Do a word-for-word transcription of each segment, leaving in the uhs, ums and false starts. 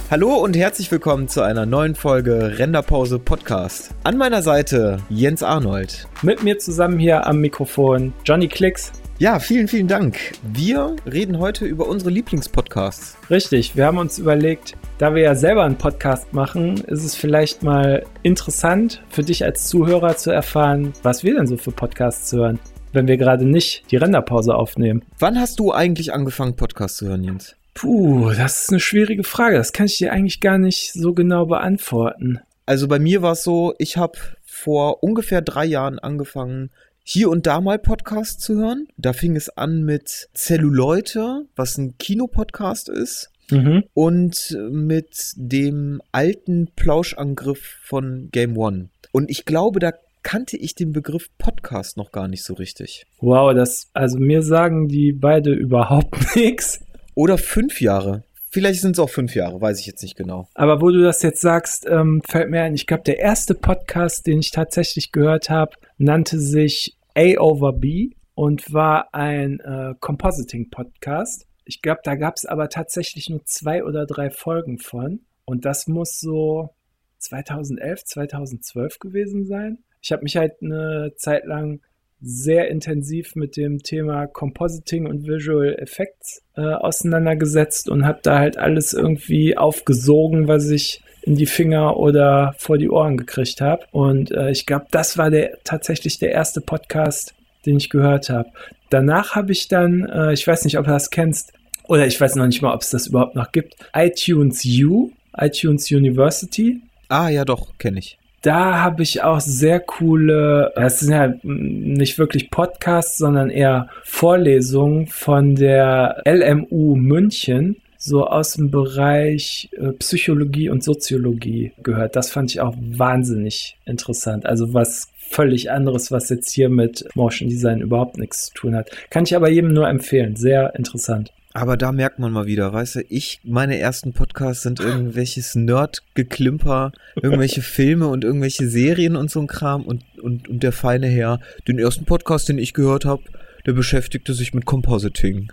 Hallo und herzlich willkommen zu einer neuen Folge Renderpause Podcast. An meiner Seite Jens Arnold. Mit mir zusammen hier am Mikrofon Johnny Klicks. Ja, vielen, vielen Dank. Wir reden heute über unsere Lieblingspodcasts. Richtig, wir haben uns überlegt, da wir ja selber einen Podcast machen, ist es vielleicht mal interessant für dich als Zuhörer zu erfahren, was wir denn so für Podcasts hören, wenn wir gerade nicht die Renderpause aufnehmen. Wann hast du eigentlich angefangen, Podcasts zu hören, Jens? Puh, das ist eine schwierige Frage. Das kann ich dir eigentlich gar nicht so genau beantworten. Also bei mir war es so, ich habe vor ungefähr drei Jahren angefangen, hier und da mal Podcasts zu hören. Da fing es an mit Zelluleute, was ein Kinopodcast ist. Mhm. Und mit dem alten Plauschangriff von Game One. Und ich glaube, da kannte ich den Begriff Podcast noch gar nicht so richtig. Wow, das, also mir sagen die beide überhaupt nichts. Oder fünf Jahre. Vielleicht sind es auch fünf Jahre, weiß ich jetzt nicht genau. Aber wo du das jetzt sagst, ähm, fällt mir ein, ich glaube, der erste Podcast, den ich tatsächlich gehört habe, nannte sich A over B und war ein äh, Compositing-Podcast. Ich glaube, da gab es aber tatsächlich nur zwei oder drei Folgen von. Und das muss so zweitausendelf, zweitausendzwölf gewesen sein. Ich habe mich halt eine Zeit lang sehr intensiv mit dem Thema Compositing und Visual Effects äh, auseinandergesetzt und habe da halt alles irgendwie aufgesogen, was ich in die Finger oder vor die Ohren gekriegt habe. Und äh, ich glaube, das war der tatsächlich der erste Podcast, den ich gehört habe. Danach habe ich dann, äh, ich weiß nicht, ob du das kennst, oder ich weiß noch nicht mal, ob es das überhaupt noch gibt, iTunes U, iTunes University. Ah ja, doch, kenne ich. Da habe ich auch sehr coole, das sind ja nicht wirklich Podcasts, sondern eher Vorlesungen von der L M U München, so aus dem Bereich äh, Psychologie und Soziologie gehört. Das fand ich auch wahnsinnig interessant. Also was völlig anderes, was jetzt hier mit Motion Design überhaupt nichts zu tun hat. Kann ich aber jedem nur empfehlen. Sehr interessant. Aber da merkt man mal wieder, weißt du, ich, meine ersten Podcasts sind irgendwelches Nerd-Geklimper, irgendwelche Filme und irgendwelche Serien und so ein Kram und, und, und der feine Herr, den ersten Podcast, den ich gehört habe, der beschäftigte sich mit Compositing.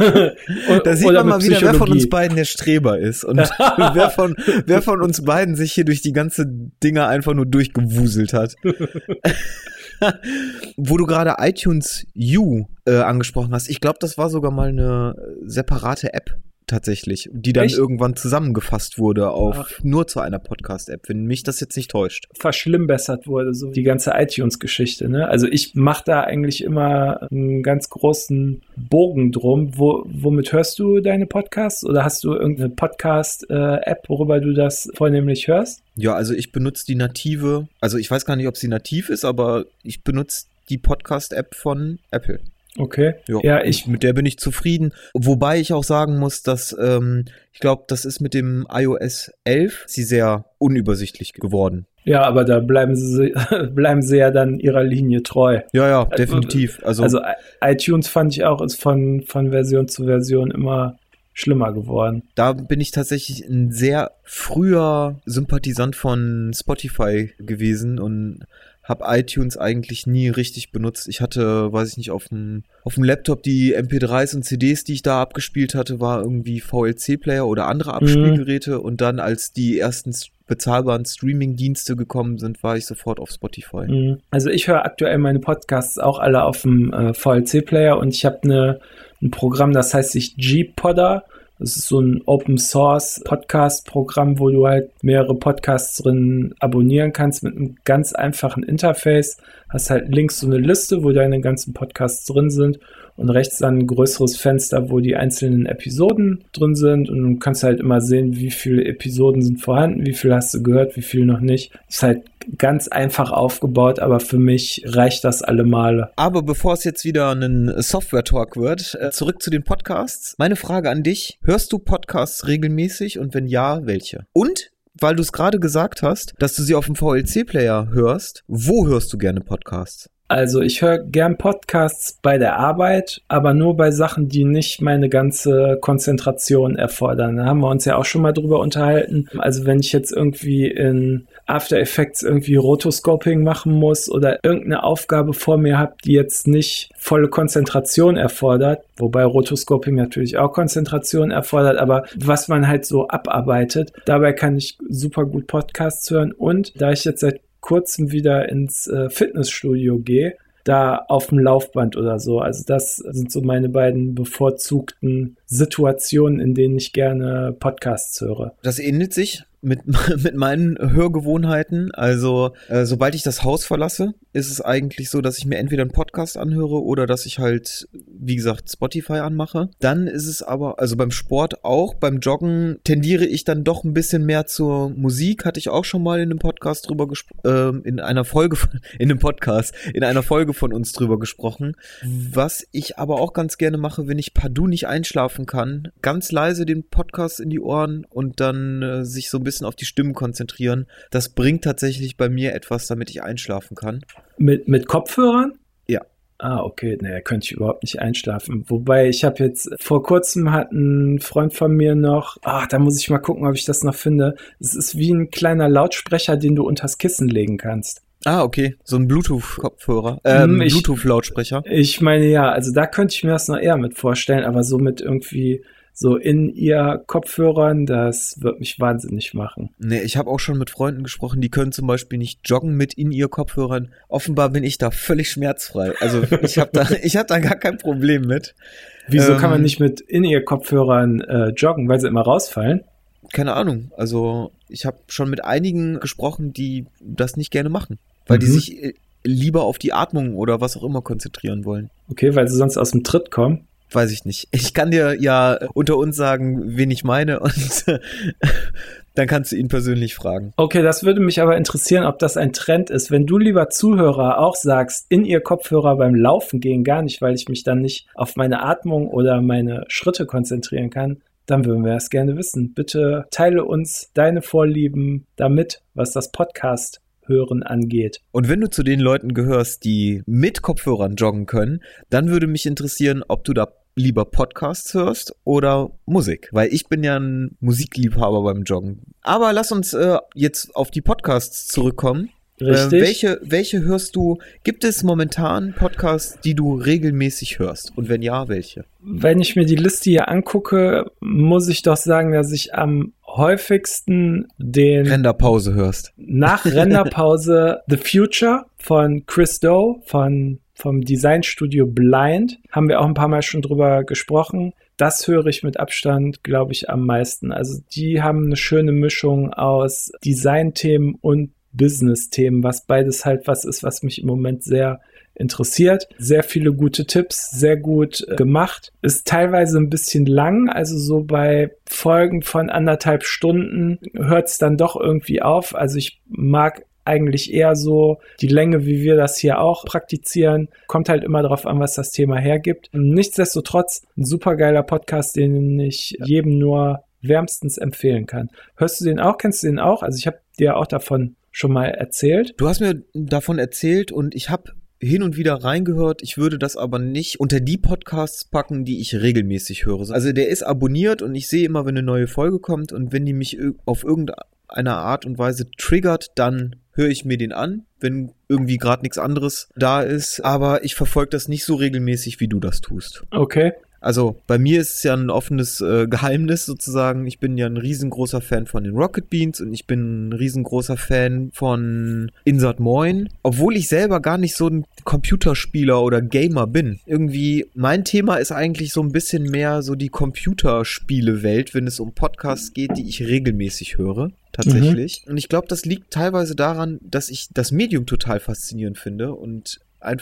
Da sieht man mal wieder, wer von uns beiden der Streber ist und wer von, wer von uns beiden sich hier durch die ganze Dinger einfach nur durchgewuselt hat. Wo du gerade iTunes U äh, angesprochen hast, ich glaube, das war sogar mal eine separate App tatsächlich, die dann Echt? irgendwann zusammengefasst wurde auf Ach. nur zu einer Podcast-App, wenn mich das jetzt nicht täuscht. Verschlimmbessert wurde, so die ganze iTunes-Geschichte, ne? Also ich mache da eigentlich immer einen ganz großen Bogen drum. Wo, womit hörst du deine Podcasts? Oder hast du irgendeine Podcast-App, worüber du das vornehmlich hörst? Ja, also ich benutze die native, also ich weiß gar nicht, ob sie nativ ist, aber ich benutze die Podcast-App von Apple. Okay. Jo, ja, ich mit der bin ich zufrieden. Wobei ich auch sagen muss, dass ähm, ich glaube, das ist mit dem i O S elf sie sehr unübersichtlich geworden. Ja, aber da bleiben sie bleiben sie ja dann ihrer Linie treu. Ja, ja, definitiv. Also, also iTunes fand ich auch, ist von von Version zu Version immer schlimmer geworden. Da bin ich tatsächlich ein sehr früher Sympathisant von Spotify gewesen und habe iTunes eigentlich nie richtig benutzt. Ich hatte, weiß ich nicht, auf dem auf dem Laptop die M P dreis und C Ds, die ich da abgespielt hatte, war irgendwie V L C-Player oder andere Abspielgeräte. Mhm. Und dann, als die ersten bezahlbaren Streaming-Dienste gekommen sind, war ich sofort auf Spotify. Mhm. Also ich höre aktuell meine Podcasts auch alle auf dem äh, V L C-Player und ich habe eine ein Programm, das heißt sich G-Podder. Das ist so ein Open-Source-Podcast-Programm, wo du halt mehrere Podcasts drin abonnieren kannst mit einem ganz einfachen Interface. Hast halt links so eine Liste, wo deine ganzen Podcasts drin sind und rechts dann ein größeres Fenster, wo die einzelnen Episoden drin sind und du kannst halt immer sehen, wie viele Episoden sind vorhanden, wie viel hast du gehört, wie viel noch nicht. Ist halt ganz einfach aufgebaut, aber für mich reicht das alle Male. Aber bevor es jetzt wieder ein Software-Talk wird, zurück zu den Podcasts. Meine Frage an dich, hörst du Podcasts regelmäßig und wenn ja, welche? Und, weil du es gerade gesagt hast, dass du sie auf dem V L C-Player hörst, wo hörst du gerne Podcasts? Also ich höre gern Podcasts bei der Arbeit, aber nur bei Sachen, die nicht meine ganze Konzentration erfordern. Da haben wir uns ja auch schon mal drüber unterhalten. Also wenn ich jetzt irgendwie in After Effects irgendwie Rotoscoping machen muss oder irgendeine Aufgabe vor mir habe, die jetzt nicht volle Konzentration erfordert, wobei Rotoscoping natürlich auch Konzentration erfordert, aber was man halt so abarbeitet, dabei kann ich super gut Podcasts hören. Und da ich jetzt seit kurzem wieder ins äh, Fitnessstudio gehe, da auf dem Laufband oder so. Also das sind so meine beiden bevorzugten Situationen, in denen ich gerne Podcasts höre. Das ähnelt sich mit, mit meinen Hörgewohnheiten. Also äh, sobald ich das Haus verlasse, ist es eigentlich so, dass ich mir entweder einen Podcast anhöre oder dass ich halt, wie gesagt, Spotify anmache. Dann ist es aber, also beim Sport auch, beim Joggen tendiere ich dann doch ein bisschen mehr zur Musik. Hatte ich auch schon mal in einem Podcast drüber gesprochen, äh, in einer Folge, von, in einem Podcast, in einer Folge von uns drüber gesprochen. Was ich aber auch ganz gerne mache, wenn ich partout nicht einschlafen kann, ganz leise den Podcast in die Ohren und dann äh, sich so ein bisschen auf die Stimmen konzentrieren. Das bringt tatsächlich bei mir etwas, damit ich einschlafen kann. Mit, mit Kopfhörern? Ja. Ah, okay. Naja, könnte ich überhaupt nicht einschlafen. Wobei, ich habe jetzt, vor kurzem hat ein Freund von mir noch, ach, da muss ich mal gucken, ob ich das noch finde. Es ist wie ein kleiner Lautsprecher, den du unters Kissen legen kannst. Ah, okay. So ein Bluetooth-Kopfhörer. Ähm, ich, Bluetooth-Lautsprecher. Ich meine, ja, also da könnte ich mir das noch eher mit vorstellen, aber so mit irgendwie so in ihr Kopfhörern, das wird mich wahnsinnig machen. Nee, ich habe auch schon mit Freunden gesprochen, die können zum Beispiel nicht joggen mit in ihr Kopfhörern. Offenbar bin ich da völlig schmerzfrei. Also ich habe da, ich hab da gar kein Problem mit. Wieso ähm, kann man nicht mit in ihr Kopfhörern äh, joggen, weil sie immer rausfallen? Keine Ahnung. Also ich habe schon mit einigen gesprochen, die das nicht gerne machen, weil mhm. die sich lieber auf die Atmung oder was auch immer konzentrieren wollen. Okay, weil sie sonst aus dem Tritt kommen? Weiß ich nicht. Ich kann dir ja unter uns sagen, wen ich meine und dann kannst du ihn persönlich fragen. Okay, das würde mich aber interessieren, ob das ein Trend ist. Wenn du, lieber Zuhörer, auch sagst, in ihr Kopfhörer beim Laufen gehen gar nicht, weil ich mich dann nicht auf meine Atmung oder meine Schritte konzentrieren kann, dann würden wir das gerne wissen. Bitte teile uns deine Vorlieben damit, was das Podcast Hören angeht. Und wenn du zu den Leuten gehörst, die mit Kopfhörern joggen können, dann würde mich interessieren, ob du da lieber Podcasts hörst oder Musik, weil ich bin ja ein Musikliebhaber beim Joggen. Aber lass uns äh, jetzt auf die Podcasts zurückkommen. Richtig. Äh, welche, welche hörst du? Gibt es momentan Podcasts, die du regelmäßig hörst? Und wenn ja, welche? Wenn ich mir die Liste hier angucke, muss ich doch sagen, dass ich am häufigsten den Renderpause hörst. Nach Renderpause The Future von Chris Do von vom Designstudio Blind. Haben wir auch ein paar Mal schon drüber gesprochen. Das höre ich mit Abstand, glaube ich, am meisten. Also die haben eine schöne Mischung aus Designthemen und Business-Themen, was beides halt was ist, was mich im Moment sehr interessiert. Sehr viele gute Tipps, sehr gut äh, gemacht. Ist teilweise ein bisschen lang, also so bei Folgen von anderthalb Stunden hört es dann doch irgendwie auf. Also ich mag eigentlich eher so die Länge, wie wir das hier auch praktizieren. Kommt halt immer darauf an, was das Thema hergibt. Nichtsdestotrotz ein supergeiler Podcast, den ich jedem nur wärmstens empfehlen kann. Hörst du den auch? Kennst du den auch? Also ich habe dir auch davon schon mal erzählt. Du hast mir davon erzählt und ich habe hin und wieder reingehört. Ich würde das aber nicht unter die Podcasts packen, die ich regelmäßig höre. Also der ist abonniert und ich sehe immer, wenn eine neue Folge kommt und wenn die mich auf irgendeine Art und Weise triggert, dann höre ich mir den an, wenn irgendwie gerade nichts anderes da ist. Aber ich verfolge das nicht so regelmäßig, wie du das tust. Okay. Also bei mir ist es ja ein offenes äh, Geheimnis sozusagen. Ich bin ja ein riesengroßer Fan von den Rocket Beans und ich bin ein riesengroßer Fan von Insert Moin. Obwohl ich selber gar nicht so ein Computerspieler oder Gamer bin. Irgendwie, mein Thema ist eigentlich so ein bisschen mehr so die Computerspiele-Welt, wenn es um Podcasts geht, die ich regelmäßig höre. Tatsächlich. Mhm. Und ich glaube, das liegt teilweise daran, dass ich das Medium total faszinierend finde und einfach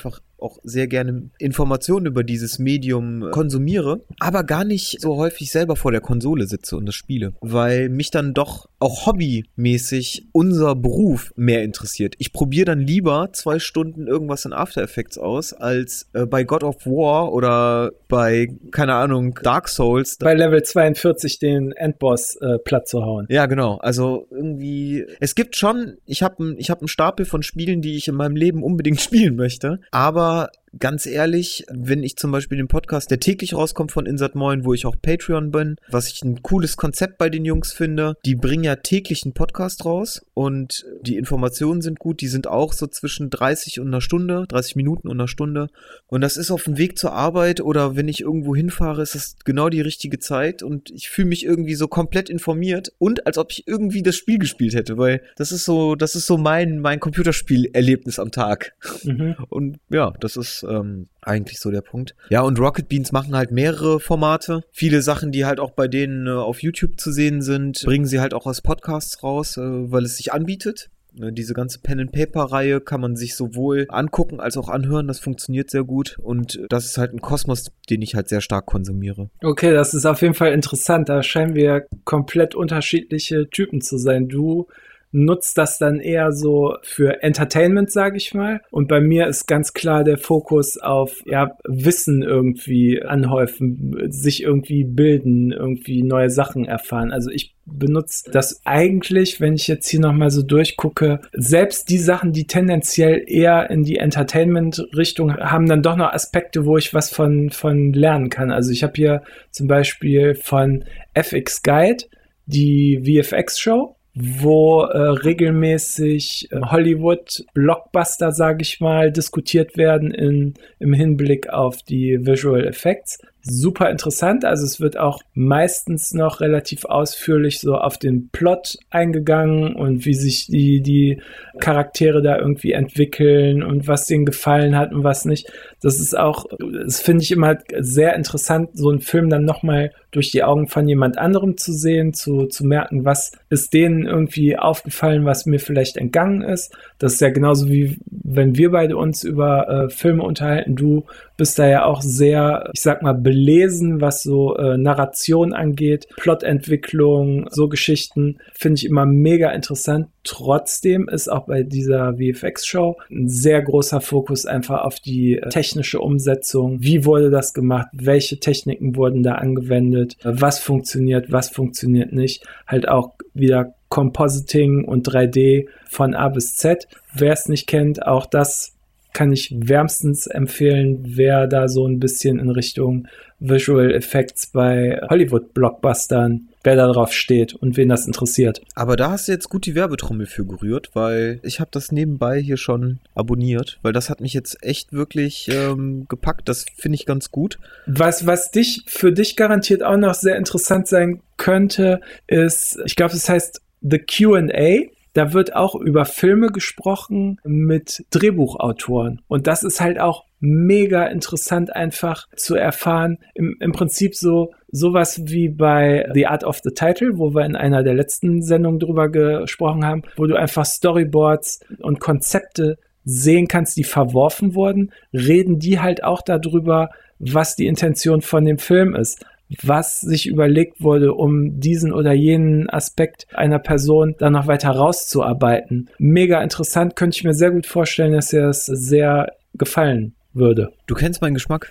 auch sehr gerne Informationen über dieses Medium konsumiere, aber gar nicht so häufig selber vor der Konsole sitze und das spiele, weil mich dann doch auch hobbymäßig unser Beruf mehr interessiert. Ich probiere dann lieber zwei Stunden irgendwas in After Effects aus, als äh, bei God of War oder bei, keine Ahnung, Dark Souls. Bei Level zweiundvierzig den Endboss äh, platt zu hauen. Ja, genau. Also irgendwie, es gibt schon, ich habe ich hab einen Stapel von Spielen, die ich in meinem Leben unbedingt spielen möchte, aber ganz ehrlich, wenn ich zum Beispiel den Podcast, der täglich rauskommt von Insert Moin, wo ich auch Patreon bin, was ich ein cooles Konzept bei den Jungs finde, die bringen ja täglich einen Podcast raus und die Informationen sind gut, die sind auch so zwischen dreißig und einer Stunde, dreißig Minuten und einer Stunde und das ist auf dem Weg zur Arbeit oder wenn ich irgendwo hinfahre, ist das genau die richtige Zeit und ich fühle mich irgendwie so komplett informiert und als ob ich irgendwie das Spiel gespielt hätte, weil das ist so, das ist so mein, mein Computerspielerlebnis am Tag. Mhm. Und ja, das ist Ähm, eigentlich so der Punkt. Ja, und Rocket Beans machen halt mehrere Formate. Viele Sachen, die halt auch bei denen äh, auf YouTube zu sehen sind, bringen sie halt auch als Podcasts raus, äh, weil es sich anbietet. Äh, diese ganze Pen-and-Paper-Reihe kann man sich sowohl angucken als auch anhören. Das funktioniert sehr gut. Und das ist halt ein Kosmos, den ich halt sehr stark konsumiere. Okay, das ist auf jeden Fall interessant. Da scheinen wir komplett unterschiedliche Typen zu sein. Du nutzt das dann eher so für Entertainment, sage ich mal. Und bei mir ist ganz klar der Fokus auf ja, Wissen irgendwie anhäufen, sich irgendwie bilden, irgendwie neue Sachen erfahren. Also ich benutze das eigentlich, wenn ich jetzt hier nochmal so durchgucke, selbst die Sachen, die tendenziell eher in die Entertainment-Richtung haben, dann doch noch Aspekte, wo ich was von, von lernen kann. Also ich habe hier zum Beispiel von F X Guide die V F X-Show, wo äh, regelmäßig äh, Hollywood-Blockbuster, sage ich mal, diskutiert werden in, im Hinblick auf die Visual Effects. Super interessant, also es wird auch meistens noch relativ ausführlich so auf den Plot eingegangen und wie sich die, die Charaktere da irgendwie entwickeln und was denen gefallen hat und was nicht. Das ist auch, das finde ich immer sehr interessant, so einen Film dann nochmal durch die Augen von jemand anderem zu sehen, zu, zu merken, was ist denen irgendwie aufgefallen, was mir vielleicht entgangen ist. Das ist ja genauso wie wenn wir beide uns über äh, Filme unterhalten. Du bist da ja auch sehr, ich sag mal, belesen, was so äh, Narration angeht, Plotentwicklung, so Geschichten, finde ich immer mega interessant. Trotzdem ist auch bei dieser V F X-Show ein sehr großer Fokus einfach auf die äh, technische Umsetzung. Wie wurde das gemacht? Welche Techniken wurden da angewendet? Äh, was funktioniert? Was funktioniert nicht? Halt auch wieder Compositing und drei D von A bis Z. Wer es nicht kennt, auch das kann ich wärmstens empfehlen, wer da so ein bisschen in Richtung Visual Effects bei Hollywood-Blockbustern, wer da drauf steht und wen das interessiert. Aber da hast du jetzt gut die Werbetrommel für gerührt, weil ich habe das nebenbei hier schon abonniert, weil das hat mich jetzt echt wirklich ähm, gepackt. Das finde ich ganz gut. Was, was dich für dich garantiert auch noch sehr interessant sein könnte, ist, ich glaube, es heißt The Q and A. Da wird auch über Filme gesprochen mit Drehbuchautoren. Und das ist halt auch mega interessant einfach zu erfahren. Im, im Prinzip so sowas wie bei The Art of the Title, wo wir in einer der letzten Sendungen drüber gesprochen haben, wo du einfach Storyboards und Konzepte sehen kannst, die verworfen wurden, reden die halt auch darüber, was die Intention von dem Film ist, was sich überlegt wurde, um diesen oder jenen Aspekt einer Person dann noch weiter rauszuarbeiten. Mega interessant, könnte ich mir sehr gut vorstellen, dass dir das sehr gefallen würde. Du kennst meinen Geschmack.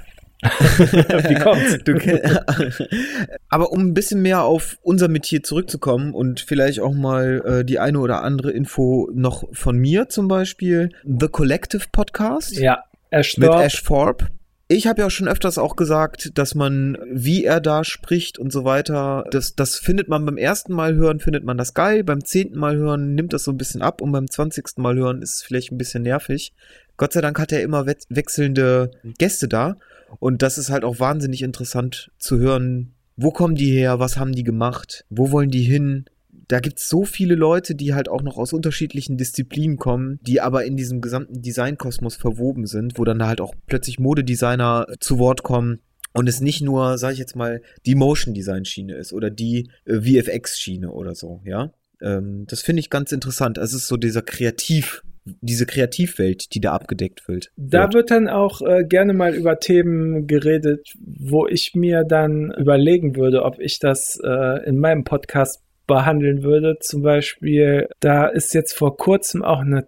Wie kommt's? Du kenn- Aber um ein bisschen mehr auf unser Metier zurückzukommen und vielleicht auch mal äh, die eine oder andere Info noch von mir zum Beispiel. The Collective Podcast. Ja, Ash mit Thorpe. Ash Thorpe. Ich habe ja auch schon öfters auch gesagt, dass man, wie er da spricht und so weiter, das, das findet man beim ersten Mal hören, findet man das geil, beim zehnten Mal hören nimmt das so ein bisschen ab und beim zwanzigsten Mal hören ist es vielleicht ein bisschen nervig. Gott sei Dank hat er immer we- wechselnde Gäste da und das ist halt auch wahnsinnig interessant zu hören, wo kommen die her, was haben die gemacht, wo wollen die hin. Da gibt es so viele Leute, die halt auch noch aus unterschiedlichen Disziplinen kommen, die aber in diesem gesamten Designkosmos verwoben sind, wo dann halt auch plötzlich Modedesigner zu Wort kommen und es nicht nur, sag ich jetzt mal, die Motion-Design-Schiene ist oder die äh, V F X-Schiene oder so, ja. Ähm, das finde ich ganz interessant. Es ist so dieser Kreativ- diese Kreativwelt, die da abgedeckt wird. Da wird dann auch äh, gerne mal über Themen geredet, wo ich mir dann überlegen würde, ob ich das äh, in meinem Podcast behandeln würde. Zum Beispiel, da ist jetzt vor kurzem auch eine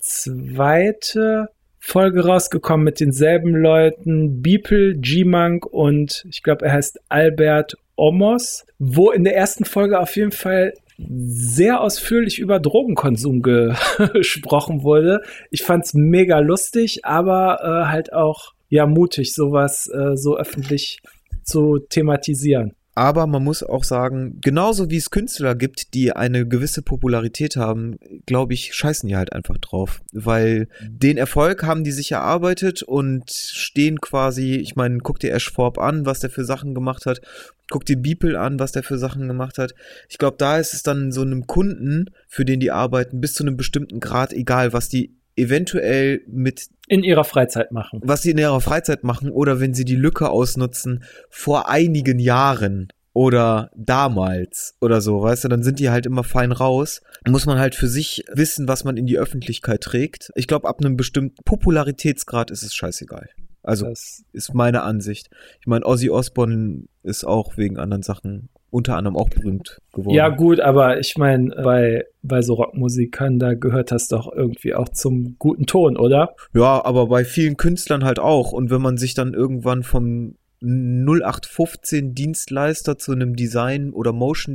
zweite Folge rausgekommen mit denselben Leuten, Beeple, G-Monk und ich glaube, er heißt Albert Omos, wo in der ersten Folge auf jeden Fall sehr ausführlich über Drogenkonsum gesprochen wurde. Ich fand's mega lustig, aber äh, halt auch ja mutig, sowas äh, so öffentlich zu thematisieren. Aber man muss auch sagen, genauso wie es Künstler gibt, die eine gewisse Popularität haben, glaube ich, scheißen die halt einfach drauf. Weil den Erfolg haben die sich erarbeitet und stehen quasi, ich meine, guck dir Ash Forb an, was der für Sachen gemacht hat. Guck dir Beeple an, was der für Sachen gemacht hat. Ich glaube, da ist es dann so einem Kunden, für den die arbeiten, bis zu einem bestimmten Grad egal, was die eventuell mit in ihrer Freizeit machen. Was sie in ihrer Freizeit machen oder wenn sie die Lücke ausnutzen vor einigen Jahren oder damals oder so, weißt du, dann sind die halt immer fein raus. Muss man halt für sich wissen, was man in die Öffentlichkeit trägt. Ich glaube, ab einem bestimmten Popularitätsgrad ist es scheißegal. Also das ist meine Ansicht. Ich meine, Ozzy Osbourne ist auch wegen anderen Sachen unter anderem auch berühmt geworden. Ja gut, aber ich meine, bei, bei so Rockmusikern, da gehört das doch irgendwie auch zum guten Ton, oder? Ja, aber bei vielen Künstlern halt auch. Und wenn man sich dann irgendwann vom null acht fünfzehn Dienstleister zu einem Design- oder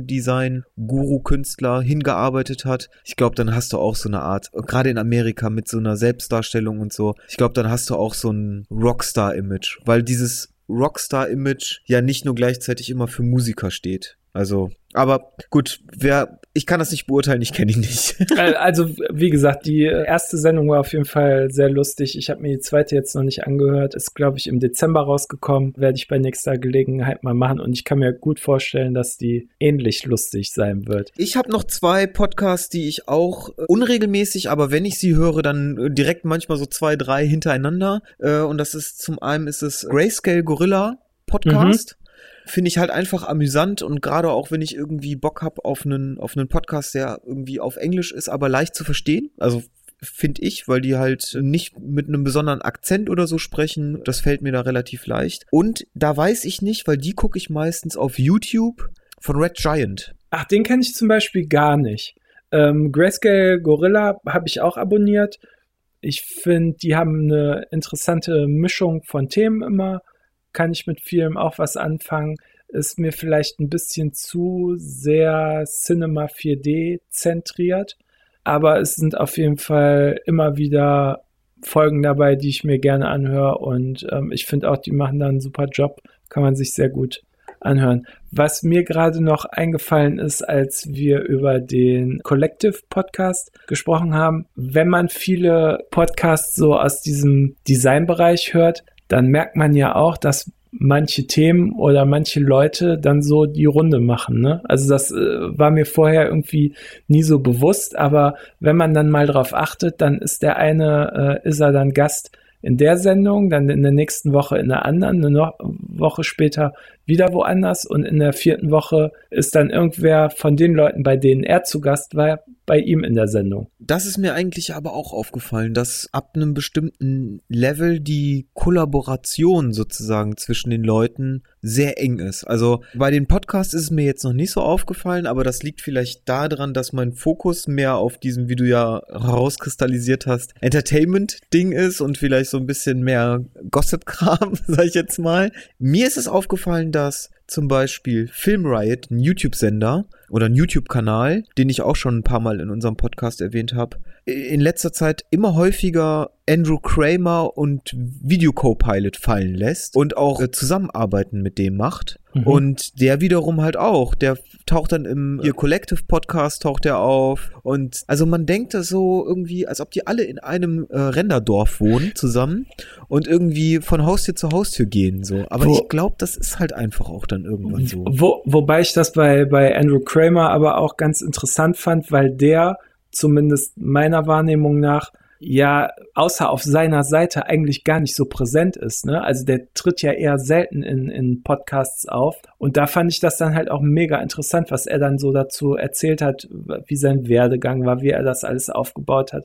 Motion-Design-Guru-Künstler hingearbeitet hat, ich glaube, dann hast du auch so eine Art, gerade in Amerika mit so einer Selbstdarstellung und so, ich glaube, dann hast du auch so ein Rockstar-Image, weil dieses Rockstar-Image ja nicht nur gleichzeitig immer für Musiker steht. Also, aber gut, wer, ich kann das nicht beurteilen, ich kenne ihn nicht. Also, wie gesagt, die erste Sendung war auf jeden Fall sehr lustig. Ich habe mir die zweite jetzt noch nicht angehört. Ist, glaube ich, im Dezember rausgekommen. Werde ich bei nächster Gelegenheit mal machen. Und ich kann mir gut vorstellen, dass die ähnlich lustig sein wird. Ich habe noch zwei Podcasts, die ich auch äh, unregelmäßig, aber wenn ich sie höre, dann äh, direkt manchmal so zwei, drei hintereinander. Äh, und das ist, zum einen ist es Grayscale Gorilla Podcast. Mhm. Finde ich halt einfach amüsant und gerade auch, wenn ich irgendwie Bock habe auf einen auf einen Podcast, der irgendwie auf Englisch ist, aber leicht zu verstehen. Also finde ich, weil die halt nicht mit einem besonderen Akzent oder so sprechen. Das fällt mir da relativ leicht. Und da weiß ich nicht, weil die gucke ich meistens auf YouTube von Red Giant. Ach, den kenne ich zum Beispiel gar nicht. Ähm, Grayscale Gorilla habe ich auch abonniert. Ich finde, die haben eine interessante Mischung von Themen immer. Kann ich mit vielem auch was anfangen. Ist mir vielleicht ein bisschen zu sehr Cinema vier D zentriert. Aber es sind auf jeden Fall immer wieder Folgen dabei, die ich mir gerne anhöre. Und ähm, ich finde auch, die machen da einen super Job. Kann man sich sehr gut anhören. Was mir gerade noch eingefallen ist, als wir über den Collective Podcast gesprochen haben, wenn man viele Podcasts so aus diesem Designbereich hört, dann merkt man ja auch, dass manche Themen oder manche Leute dann so die Runde machen, ne? Also das äh, war mir vorher irgendwie nie so bewusst, aber wenn man dann mal drauf achtet, dann ist der eine, äh, ist er dann Gast in der Sendung, dann in der nächsten Woche in der anderen, eine no- Woche später wieder woanders und in der vierten Woche ist dann irgendwer von den Leuten, bei denen er zu Gast war, bei ihm in der Sendung. Das ist mir eigentlich aber auch aufgefallen, dass ab einem bestimmten Level die Kollaboration sozusagen zwischen den Leuten sehr eng ist. Also bei den Podcasts ist es mir jetzt noch nicht so aufgefallen, aber das liegt vielleicht daran, dass mein Fokus mehr auf diesem, wie du ja herauskristallisiert hast, Entertainment-Ding ist und vielleicht so ein bisschen mehr Gossip-Kram, sag ich jetzt mal. Mir ist es aufgefallen, dass zum Beispiel Film Riot, ein YouTube-Sender oder ein YouTube-Kanal, den ich auch schon ein paar Mal in unserem Podcast erwähnt habe, in letzter Zeit immer häufiger Andrew Kramer und Video Copilot fallen lässt und auch äh, Zusammenarbeiten mit dem macht. Mhm. Und der wiederum halt auch, der taucht dann im ihr Collective Podcast taucht er auf und also man denkt das so irgendwie, als ob die alle in einem äh, Renderdorf wohnen zusammen und irgendwie von Haustür zu Haustür gehen so. Aber Wo, ich glaube, das ist halt einfach auch dann irgendwann so. Wo, wobei ich das bei, bei Andrew Kramer aber auch ganz interessant fand, weil der zumindest meiner Wahrnehmung nach ja außer auf seiner Seite eigentlich gar nicht so präsent ist, ne? Also der tritt ja eher selten in, in Podcasts auf und da fand ich das dann halt auch mega interessant, was er dann so dazu erzählt hat, wie sein Werdegang war, wie er das alles aufgebaut hat,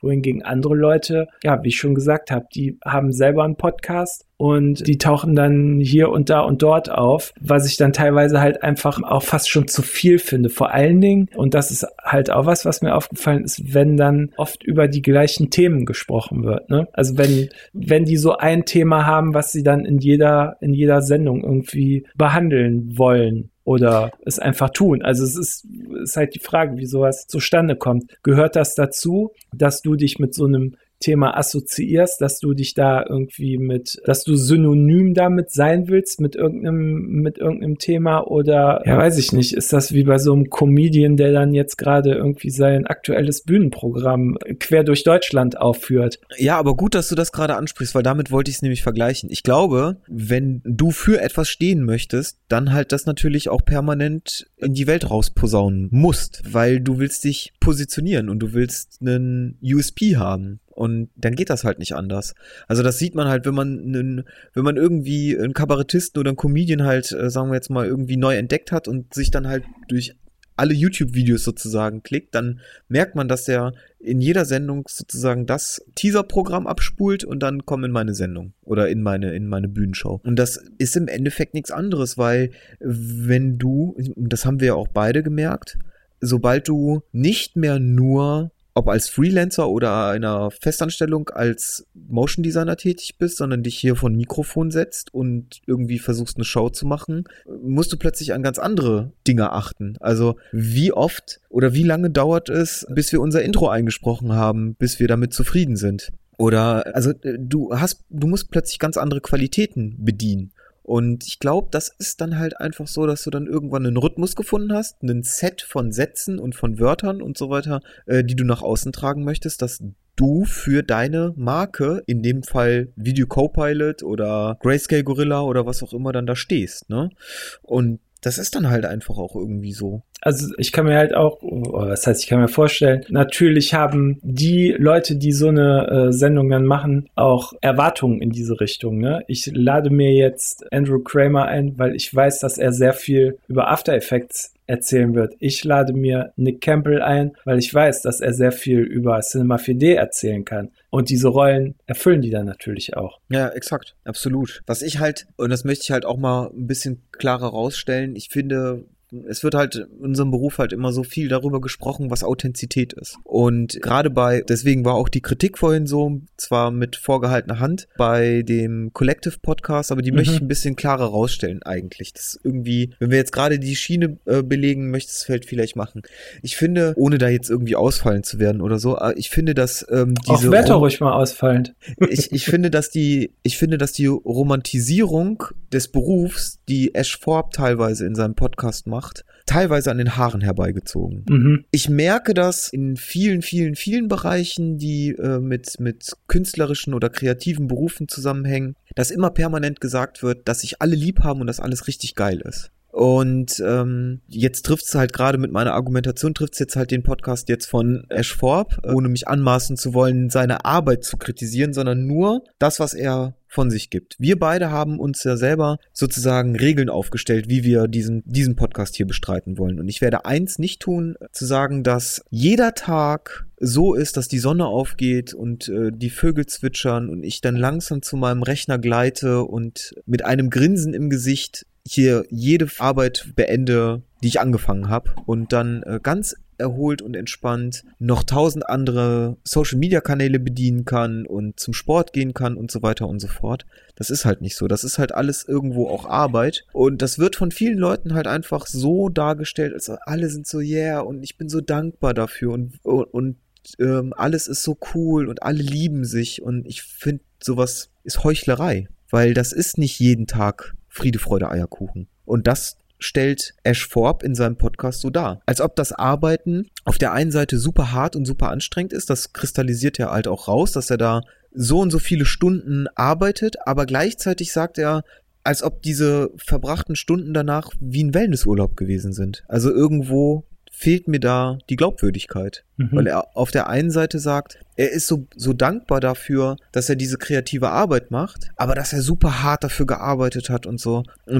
wohingegen andere Leute, ja, wie ich schon gesagt habe, die haben selber einen Podcast und die tauchen dann hier und da und dort auf, was ich dann teilweise halt einfach auch fast schon zu viel finde. Vor allen Dingen, und das ist halt auch was, was mir aufgefallen ist, wenn dann oft über die gleichen Themen gesprochen wird, ne? Also wenn, wenn die so ein Thema haben, was sie dann in jeder, in jeder Sendung irgendwie behandeln wollen oder es einfach tun. Also es ist, ist halt die Frage, wie sowas zustande kommt. Gehört das dazu, dass du dich mit so einem Thema assoziierst, dass du dich da irgendwie mit, dass du synonym damit sein willst mit irgendeinem, mit irgendeinem Thema oder, ja, weiß ich nicht, ist das wie bei so einem Comedian, der dann jetzt gerade irgendwie sein aktuelles Bühnenprogramm quer durch Deutschland aufführt? Ja, aber gut, dass du das gerade ansprichst, weil damit wollte ich es nämlich vergleichen. Ich glaube, wenn du für etwas stehen möchtest, dann halt das natürlich auch permanent in die Welt rausposaunen musst, weil du willst dich positionieren und du willst einen U S P haben. Und dann geht das halt nicht anders. Also das sieht man halt, wenn man einen, wenn man irgendwie einen Kabarettisten oder einen Comedian halt, äh, sagen wir jetzt mal, irgendwie neu entdeckt hat und sich dann halt durch alle YouTube-Videos sozusagen klickt, dann merkt man, dass der in jeder Sendung sozusagen das Teaser-Programm abspult und dann komm in meine Sendung oder in meine, in meine Bühnenshow. Und das ist im Endeffekt nichts anderes, weil wenn du, das haben wir ja auch beide gemerkt, sobald du nicht mehr nur ob als Freelancer oder in einer Festanstellung als Motion Designer tätig bist, sondern dich hier vor ein Mikrofon setzt und irgendwie versuchst, eine Show zu machen, musst du plötzlich an ganz andere Dinge achten. Also wie oft oder wie lange dauert es, bis wir unser Intro eingesprochen haben, bis wir damit zufrieden sind? Oder, also du hast, du musst plötzlich ganz andere Qualitäten bedienen. Und ich glaube, das ist dann halt einfach so, dass du dann irgendwann einen Rhythmus gefunden hast, einen Set von Sätzen und von Wörtern und so weiter, äh, die du nach außen tragen möchtest, dass du für deine Marke, in dem Fall Video Copilot oder Grayscale Gorilla oder was auch immer dann da stehst, ne? Und das ist dann halt einfach auch irgendwie so. Also ich kann mir halt auch, was heißt, ich kann mir vorstellen, natürlich haben die Leute, die so eine äh, Sendung dann machen, auch Erwartungen in diese Richtung, ne? Ich lade mir jetzt Andrew Kramer ein, weil ich weiß, dass er sehr viel über After Effects erzählen wird. Ich lade mir Nick Campbell ein, weil ich weiß, dass er sehr viel über Cinema vier D erzählen kann. Und diese Rollen erfüllen die dann natürlich auch. Ja, exakt. Absolut. Was ich halt, und das möchte ich halt auch mal ein bisschen klarer rausstellen, ich finde, es wird halt in unserem Beruf halt immer so viel darüber gesprochen, was Authentizität ist. Und gerade bei, deswegen war auch die Kritik vorhin so, zwar mit vorgehaltener Hand, bei dem Collective Podcast, aber die mhm. möchte ich ein bisschen klarer rausstellen eigentlich. Das irgendwie, wenn wir jetzt gerade die Schiene äh, belegen, möchte das Feld vielleicht machen. Ich finde, ohne da jetzt irgendwie ausfallen zu werden oder so, ich finde, dass ähm, diese... Auch werd doch ruhig mal ausfallend. ich, ich finde, dass die, ich finde, dass die Romantisierung des Berufs, die Ash Forb teilweise in seinem Podcast macht, teilweise an den Haaren herbeigezogen. Mhm. Ich merke das in vielen, vielen, vielen Bereichen, die äh, mit, mit künstlerischen oder kreativen Berufen zusammenhängen, dass immer permanent gesagt wird, dass sich alle lieb haben und dass alles richtig geil ist. Und ähm, jetzt trifft es halt gerade mit meiner Argumentation, trifft es jetzt halt den Podcast jetzt von Ash Forb, ohne mich anmaßen zu wollen, seine Arbeit zu kritisieren, sondern nur das, was er von sich gibt. Wir beide haben uns ja selber sozusagen Regeln aufgestellt, wie wir diesen, diesen Podcast hier bestreiten wollen. Und ich werde eins nicht tun, zu sagen, dass jeder Tag so ist, dass die Sonne aufgeht und äh, die Vögel zwitschern und ich dann langsam zu meinem Rechner gleite und mit einem Grinsen im Gesicht hier jede Arbeit beende, die ich angefangen habe und dann äh, ganz erholt und entspannt noch tausend andere Social-Media-Kanäle bedienen kann und zum Sport gehen kann und so weiter und so fort. Das ist halt nicht so. Das ist halt alles irgendwo auch Arbeit und das wird von vielen Leuten halt einfach so dargestellt, als alle sind so yeah und ich bin so dankbar dafür und, und, und ähm, alles ist so cool und alle lieben sich und ich finde, sowas ist Heuchlerei, weil das ist nicht jeden Tag Friede, Freude, Eierkuchen. Und das stellt Ash Forb in seinem Podcast so dar. Als ob das Arbeiten auf der einen Seite super hart und super anstrengend ist, das kristallisiert er halt auch raus, dass er da so und so viele Stunden arbeitet, aber gleichzeitig sagt er, als ob diese verbrachten Stunden danach wie ein Wellnessurlaub gewesen sind. Also irgendwo fehlt mir da die Glaubwürdigkeit, mhm. weil er auf der einen Seite sagt, er ist so, so dankbar dafür, dass er diese kreative Arbeit macht, aber dass er super hart dafür gearbeitet hat und so. Und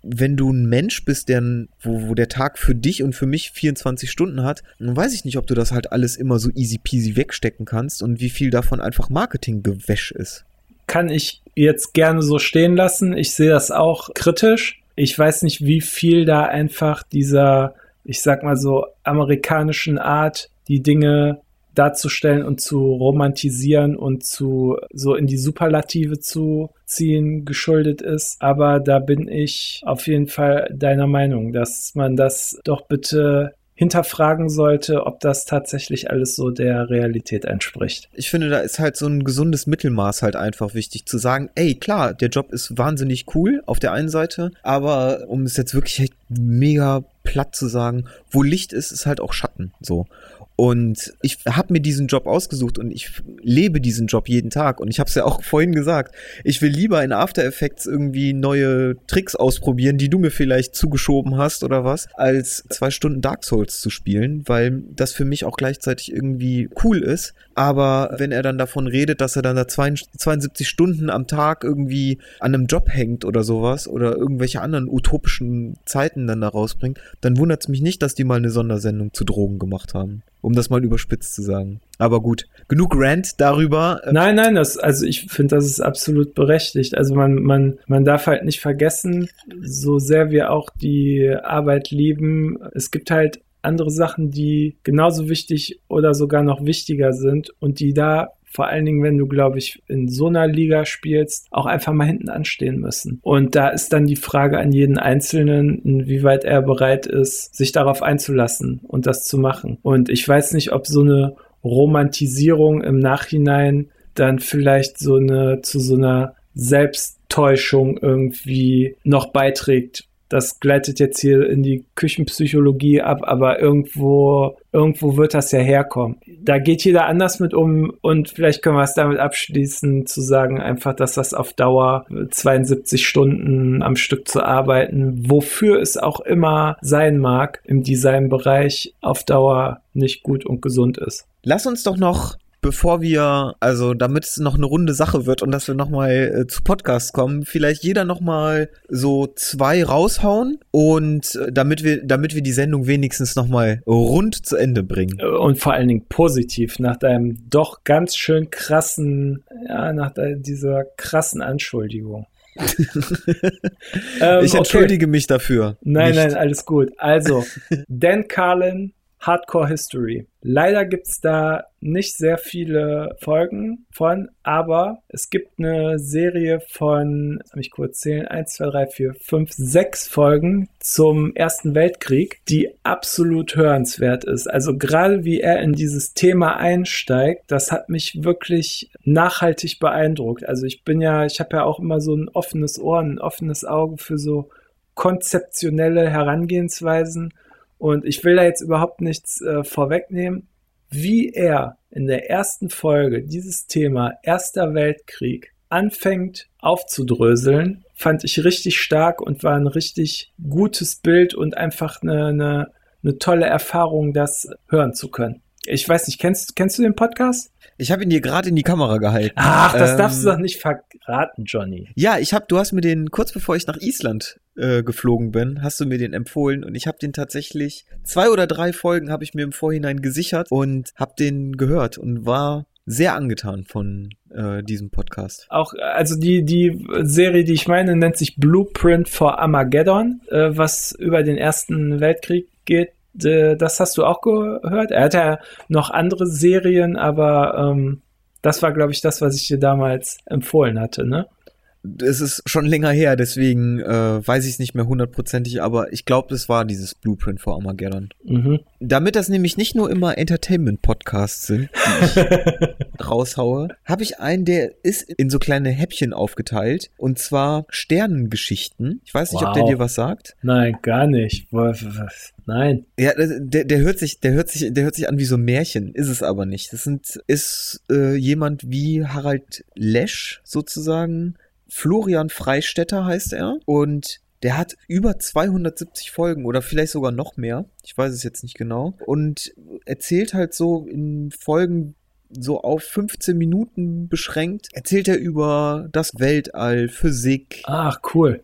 wenn du ein Mensch bist, der, wo, wo der Tag für dich und für mich vierundzwanzig Stunden hat, dann weiß ich nicht, ob du das halt alles immer so easy peasy wegstecken kannst und wie viel davon einfach Marketinggewäsch ist. Kann ich jetzt gerne so stehen lassen. Ich sehe das auch kritisch. Ich weiß nicht, wie viel da einfach dieser, ich sag mal so, amerikanischen Art, die Dinge darzustellen und zu romantisieren und zu so in die Superlative zu ziehen geschuldet ist. Aber da bin ich auf jeden Fall deiner Meinung, dass man das doch bitte hinterfragen sollte, ob das tatsächlich alles so der Realität entspricht. Ich finde, da ist halt so ein gesundes Mittelmaß halt einfach wichtig zu sagen, ey, klar, der Job ist wahnsinnig cool auf der einen Seite, aber um es jetzt wirklich echt mega platt zu sagen, wo Licht ist, ist halt auch Schatten, so. Und ich habe mir diesen Job ausgesucht und ich lebe diesen Job jeden Tag. Und ich habe es ja auch vorhin gesagt, ich will lieber in After Effects irgendwie neue Tricks ausprobieren, die du mir vielleicht zugeschoben hast oder was, als zwei Stunden Dark Souls zu spielen, weil das für mich auch gleichzeitig irgendwie cool ist. Aber wenn er dann davon redet, dass er dann da zweiundsiebzig Stunden am Tag irgendwie an einem Job hängt oder sowas oder irgendwelche anderen utopischen Zeiten dann da rausbringt, dann wundert es mich nicht, dass die mal eine Sondersendung zu Drogen gemacht haben. Um das mal überspitzt zu sagen. Aber gut, genug Rant darüber. Nein, nein, das, also ich finde, das ist absolut berechtigt. Also man, man, man darf halt nicht vergessen, so sehr wir auch die Arbeit lieben, es gibt halt andere Sachen, die genauso wichtig oder sogar noch wichtiger sind und die da vor allen Dingen, wenn du, glaube ich, in so einer Liga spielst, auch einfach mal hinten anstehen müssen. Und da ist dann die Frage an jeden Einzelnen, inwieweit er bereit ist, sich darauf einzulassen und das zu machen. Und ich weiß nicht, ob so eine Romantisierung im Nachhinein dann vielleicht so eine zu so einer Selbsttäuschung irgendwie noch beiträgt. Das gleitet jetzt hier in die Küchenpsychologie ab, aber irgendwo, irgendwo wird das ja herkommen. Da geht jeder anders mit um und vielleicht können wir es damit abschließen, zu sagen einfach, dass das auf Dauer zweiundsiebzig Stunden am Stück zu arbeiten, wofür es auch immer sein mag, im Designbereich auf Dauer nicht gut und gesund ist. Lass uns doch noch, bevor wir, also damit es noch eine runde Sache wird und dass wir nochmal äh, zu Podcasts kommen, vielleicht jeder nochmal so zwei raushauen und äh, damit wir damit wir die Sendung wenigstens nochmal rund zu Ende bringen. Und vor allen Dingen positiv, nach deinem doch ganz schön krassen, ja, nach de- dieser krassen Anschuldigung. ähm, ich entschuldige okay. mich dafür. Nein, nicht. nein, alles gut. Also, Dan Carlin, Hardcore History. Leider gibt's da nicht sehr viele Folgen von, aber es gibt eine Serie von, lass mich kurz zählen, eins, zwei, drei, vier, fünf, sechs Folgen zum Ersten Weltkrieg, die absolut hörenswert ist. Also gerade wie er in dieses Thema einsteigt, das hat mich wirklich nachhaltig beeindruckt. Also ich bin ja, ich habe ja auch immer so ein offenes Ohr, ein offenes Auge für so konzeptionelle Herangehensweisen. Und ich will da jetzt überhaupt nichts äh, vorwegnehmen. Wie er in der ersten Folge dieses Thema Erster Weltkrieg anfängt aufzudröseln, fand ich richtig stark und war ein richtig gutes Bild und einfach eine, eine, eine tolle Erfahrung, das hören zu können. Ich weiß nicht, kennst, kennst du den Podcast? Ich habe ihn dir gerade in die Kamera gehalten. Ach, das ähm, darfst du doch nicht verraten, Johnny. Ja, ich habe, du hast mir den, kurz bevor ich nach Island äh, geflogen bin, hast du mir den empfohlen und ich habe den tatsächlich, zwei oder drei Folgen habe ich mir im Vorhinein gesichert und habe den gehört und war sehr angetan von äh, diesem Podcast. Auch, also die, die Serie, die ich meine, nennt sich Blueprint for Armageddon, äh, was über den Ersten Weltkrieg geht. Das hast du auch gehört. Er hat ja noch andere Serien, aber ähm, das war, glaube ich, das, was ich dir damals empfohlen hatte, ne? Es ist schon länger her, deswegen äh, weiß ich es nicht mehr hundertprozentig, aber ich glaube, das war dieses Blueprint for Armageddon. Mhm. Damit das nämlich nicht nur immer Entertainment-Podcasts sind, die ich raushaue, habe ich einen, der ist in so kleine Häppchen aufgeteilt, und zwar Sternengeschichten. Ich weiß nicht, wow. ob der dir was sagt. Nein, gar nicht. Was? Nein. Ja, der, der hört sich, der hört sich, der hört sich an wie so ein Märchen, ist es aber nicht. Das sind, ist äh, jemand wie Harald Lesch sozusagen. Florian Freistetter heißt er und der hat über zweihundertsiebzig Folgen oder vielleicht sogar noch mehr. Ich weiß es jetzt nicht genau. Und erzählt halt so in Folgen so auf fünfzehn Minuten beschränkt. Erzählt er über das Weltall, Physik. Ach, cool.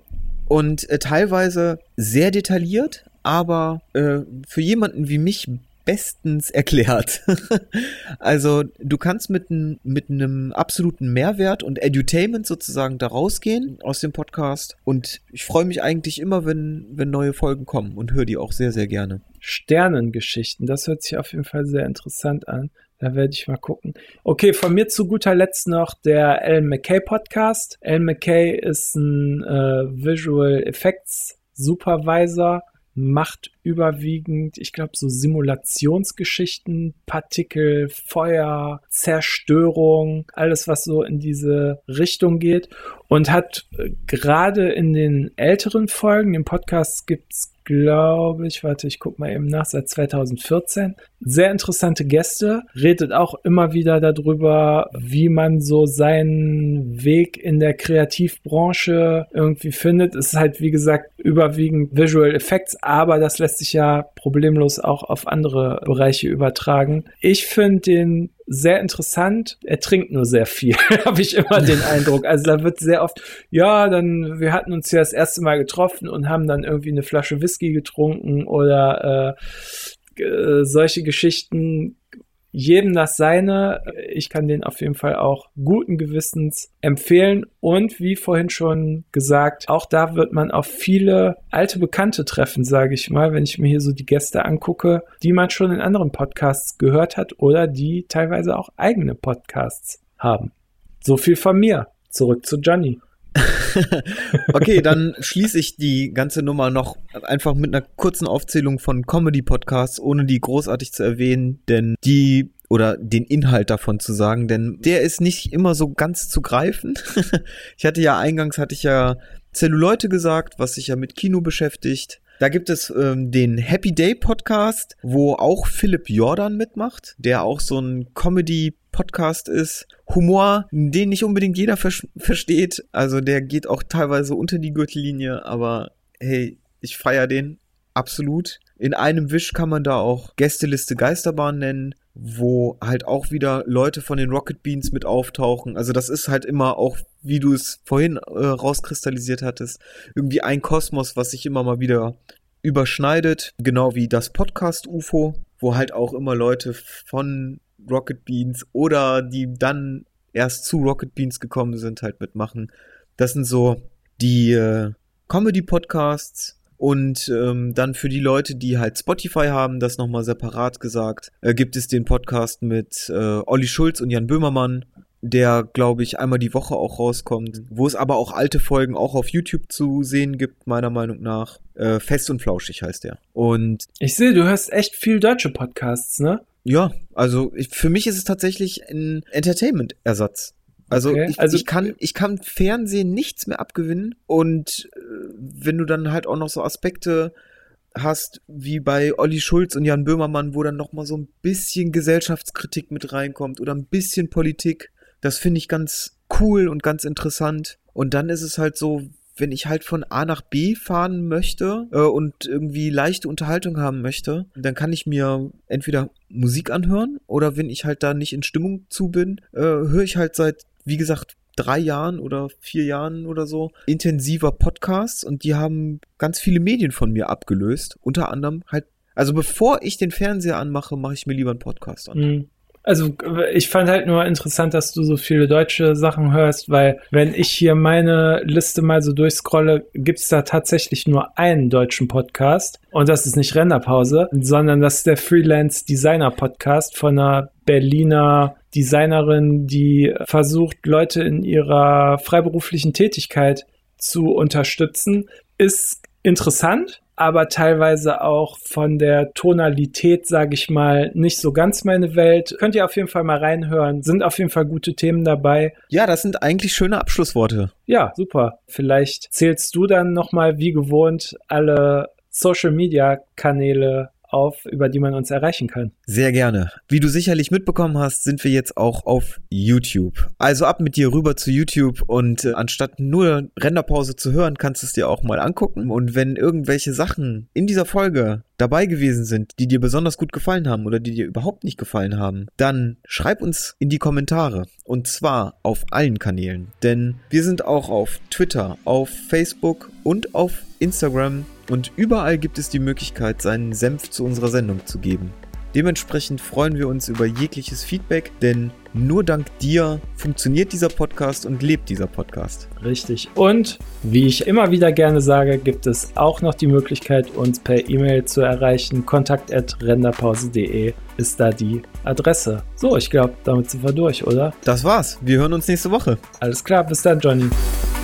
und äh, teilweise sehr detailliert, aber äh, für jemanden wie mich bestens erklärt. Also du kannst mit, n, mit einem absoluten Mehrwert und Edutainment sozusagen da rausgehen aus dem Podcast und ich freue mich eigentlich immer, wenn, wenn neue Folgen kommen und höre die auch sehr, sehr gerne. Sternengeschichten, das hört sich auf jeden Fall sehr interessant an. Da werde ich mal gucken. Okay, von mir zu guter Letzt noch der Alan McKay Podcast. Alan McKay ist ein äh, Visual Effects Supervisor, macht überwiegend, ich glaube, so Simulationsgeschichten, Partikel, Feuer, Zerstörung, alles, was so in diese Richtung geht und hat äh, gerade in den älteren Folgen, den Podcast gibt's, glaube ich, warte, ich guck mal eben nach, seit zwanzig vierzehn, sehr interessante Gäste, redet auch immer wieder darüber, wie man so seinen Weg in der Kreativbranche irgendwie findet. Es ist halt, wie gesagt, überwiegend Visual Effects, aber das lässt sich ja problemlos auch auf andere Bereiche übertragen. Ich finde den sehr interessant. Er trinkt nur sehr viel, habe ich immer den Eindruck. Also da wird sehr oft, ja, dann, wir hatten uns ja das erste Mal getroffen und haben dann irgendwie eine Flasche Whisky getrunken oder äh, äh, solche Geschichten. Jedem das seine. Ich kann den auf jeden Fall auch guten Gewissens empfehlen. Und wie vorhin schon gesagt, auch da wird man auf viele alte Bekannte treffen, sage ich mal, wenn ich mir hier so die Gäste angucke, die man schon in anderen Podcasts gehört hat oder die teilweise auch eigene Podcasts haben. So viel von mir. Zurück zu Johnny. Okay, dann schließe ich die ganze Nummer noch einfach mit einer kurzen Aufzählung von Comedy-Podcasts, ohne die großartig zu erwähnen, denn die oder den Inhalt davon zu sagen, denn der ist nicht immer so ganz zu greifen. Ich hatte ja eingangs, hatte ich ja Zelluleute gesagt, was sich ja mit Kino beschäftigt. Da gibt es ähm, den Happy Day Podcast, wo auch Philipp Jordan mitmacht, der auch so ein Comedy-Podcast ist. Humor, den nicht unbedingt jeder ver- versteht. Also der geht auch teilweise unter die Gürtellinie, aber hey, ich feiere den absolut. In einem Wisch kann man da auch Gästeliste Geisterbahn nennen, wo halt auch wieder Leute von den Rocket Beans mit auftauchen. Also das ist halt immer auch, wie du es vorhin äh, rauskristallisiert hattest, irgendwie ein Kosmos, was sich immer mal wieder überschneidet. Genau wie das Podcast-U F O, wo halt auch immer Leute von Rocket Beans oder die dann erst zu Rocket Beans gekommen sind, halt mitmachen. Das sind so die äh, Comedy-Podcasts. Und ähm, dann für die Leute, die halt Spotify haben, das nochmal separat gesagt, äh, gibt es den Podcast mit äh, Olli Schulz und Jan Böhmermann, der, glaube ich, einmal die Woche auch rauskommt, wo es aber auch alte Folgen auch auf YouTube zu sehen gibt, meiner Meinung nach. Äh, Fest und Flauschig heißt der. Und ich sehe, du hörst echt viel deutsche Podcasts, ne? Ja, also ich, für mich ist es tatsächlich ein Entertainment-Ersatz. Also, okay. ich, also ich kann ich kann Fernsehen nichts mehr abgewinnen und äh, wenn du dann halt auch noch so Aspekte hast, wie bei Olli Schulz und Jan Böhmermann, wo dann noch mal so ein bisschen Gesellschaftskritik mit reinkommt oder ein bisschen Politik, das finde ich ganz cool und ganz interessant. Und dann ist es halt so, wenn ich halt von A nach B fahren möchte äh, und irgendwie leichte Unterhaltung haben möchte, dann kann ich mir entweder Musik anhören oder wenn ich halt da nicht in Stimmung zu bin, äh, höre ich halt seit, wie gesagt, drei Jahren oder vier Jahren oder so intensiver Podcasts und die haben ganz viele Medien von mir abgelöst. Unter anderem halt, also bevor ich den Fernseher anmache, mache ich mir lieber einen Podcast an. Mhm. Also ich fand halt nur interessant, dass du so viele deutsche Sachen hörst, weil wenn ich hier meine Liste mal so durchscrolle, gibt es da tatsächlich nur einen deutschen Podcast und das ist nicht Renderpause, sondern das ist der Freelance Designer Podcast von einer Berliner Designerin, die versucht, Leute in ihrer freiberuflichen Tätigkeit zu unterstützen. Ist interessant, aber teilweise auch von der Tonalität, sage ich mal, nicht so ganz meine Welt. Könnt ihr auf jeden Fall mal reinhören. Sind auf jeden Fall gute Themen dabei. Ja, das sind eigentlich schöne Abschlussworte. Ja, super. Vielleicht zählst du dann nochmal wie gewohnt alle Social-Media-Kanäle auf, über die man uns erreichen kann. Sehr gerne. Wie du sicherlich mitbekommen hast, sind wir jetzt auch auf YouTube. Also ab mit dir rüber zu YouTube und äh, anstatt nur Renderpause zu hören, kannst du es dir auch mal angucken. Und wenn irgendwelche Sachen in dieser Folge dabei gewesen sind, die dir besonders gut gefallen haben oder die dir überhaupt nicht gefallen haben, dann schreib uns in die Kommentare. Und zwar auf allen Kanälen. Denn wir sind auch auf Twitter, auf Facebook und auf Instagram. Und überall gibt es die Möglichkeit, seinen Senf zu unserer Sendung zu geben. Dementsprechend freuen wir uns über jegliches Feedback, denn nur dank dir funktioniert dieser Podcast und lebt dieser Podcast. Richtig. Und wie ich immer wieder gerne sage, gibt es auch noch die Möglichkeit, uns per E-Mail zu erreichen. kontakt at renderpause punkt de ist da die Adresse. So, ich glaube, damit sind wir durch, oder? Das war's. Wir hören uns nächste Woche. Alles klar, bis dann, Johnny.